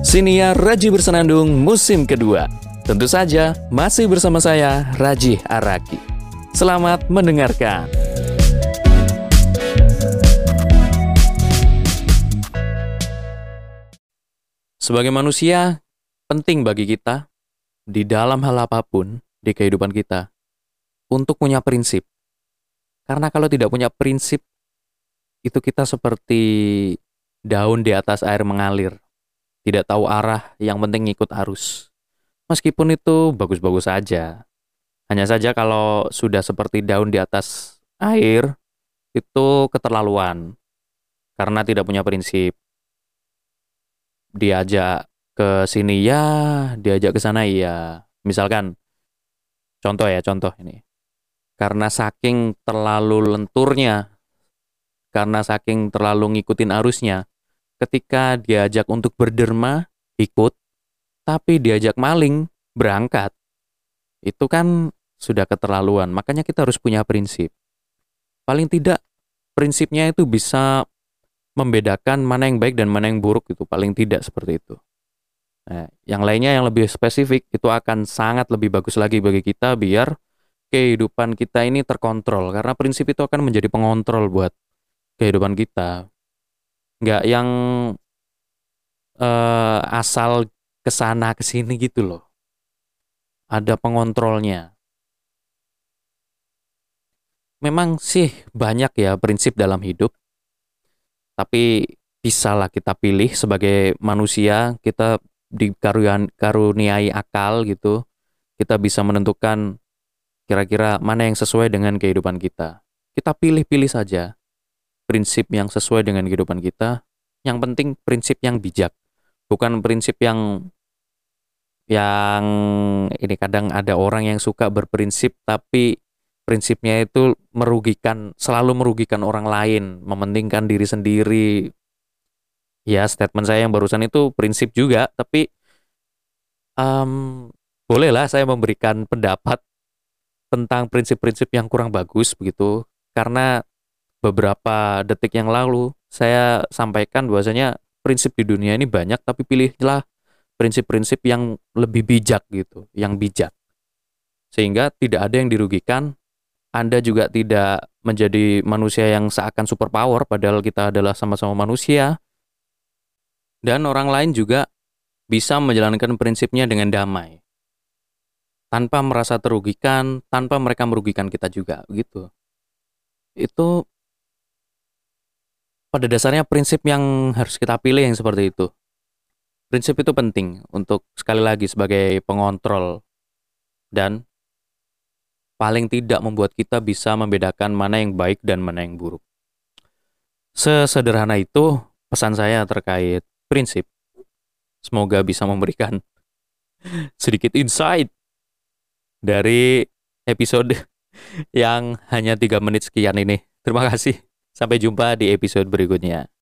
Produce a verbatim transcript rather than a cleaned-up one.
Siniar Raji Bersenandung musim kedua. Tentu saja masih bersama saya, Raji Araki. Selamat mendengarkan. Sebagai manusia, penting bagi kita di dalam hal apapun di kehidupan kita untuk punya prinsip. Karena kalau tidak punya prinsip, itu kita seperti daun di atas air mengalir. Tidak tahu arah, yang penting ngikut arus. Meskipun itu bagus-bagus saja. Hanya saja kalau sudah seperti daun di atas air, itu keterlaluan. Karena tidak punya prinsip. Diajak ke sini ya, diajak ke sana ya. Misalkan, contoh ya, contoh ini. Karena saking terlalu lenturnya, karena saking terlalu ngikutin arusnya, ketika diajak untuk berderma, ikut, tapi diajak maling, berangkat. Itu kan sudah keterlaluan. Makanya kita harus punya prinsip. Paling tidak, prinsipnya itu bisa membedakan mana yang baik dan mana yang buruk. Itu paling tidak seperti itu. Nah, yang lainnya yang lebih spesifik, itu akan sangat lebih bagus lagi bagi kita, biar kehidupan kita ini terkontrol. Karena prinsip itu akan menjadi pengontrol buat kehidupan kita. Nggak yang uh, asal kesana kesini gitu loh. Ada pengontrolnya. Memang sih banyak ya prinsip dalam hidup. Tapi bisalah kita pilih sebagai manusia. Kita dikaruniai akal gitu. Kita bisa menentukan kira-kira mana yang sesuai dengan kehidupan kita. Kita pilih-pilih saja prinsip yang sesuai dengan kehidupan kita. Yang penting prinsip yang bijak. Bukan prinsip yang yang ini kadang ada orang yang suka berprinsip tapi prinsipnya itu merugikan, selalu merugikan orang lain, mementingkan diri sendiri. Ya, statement saya yang barusan itu prinsip juga, tapi um, bolehlah saya memberikan pendapat tentang prinsip-prinsip yang kurang bagus begitu, karena beberapa detik yang lalu saya sampaikan bahwasanya prinsip di dunia ini banyak, tapi pilihlah prinsip-prinsip yang lebih bijak gitu, yang bijak. Sehingga tidak ada yang dirugikan, Anda juga tidak menjadi manusia yang seakan superpower, padahal kita adalah sama-sama manusia. Dan orang lain juga bisa menjalankan prinsipnya dengan damai. Tanpa merasa terugikan, tanpa mereka merugikan kita juga gitu. Itu pada dasarnya prinsip yang harus kita pilih yang seperti itu. Prinsip itu penting untuk sekali lagi sebagai pengontrol dan paling tidak membuat kita bisa membedakan mana yang baik dan mana yang buruk. Sesederhana itu pesan saya terkait prinsip. Semoga bisa memberikan sedikit insight dari episode yang hanya tiga menit sekian ini. Terima kasih. Sampai jumpa di episode berikutnya.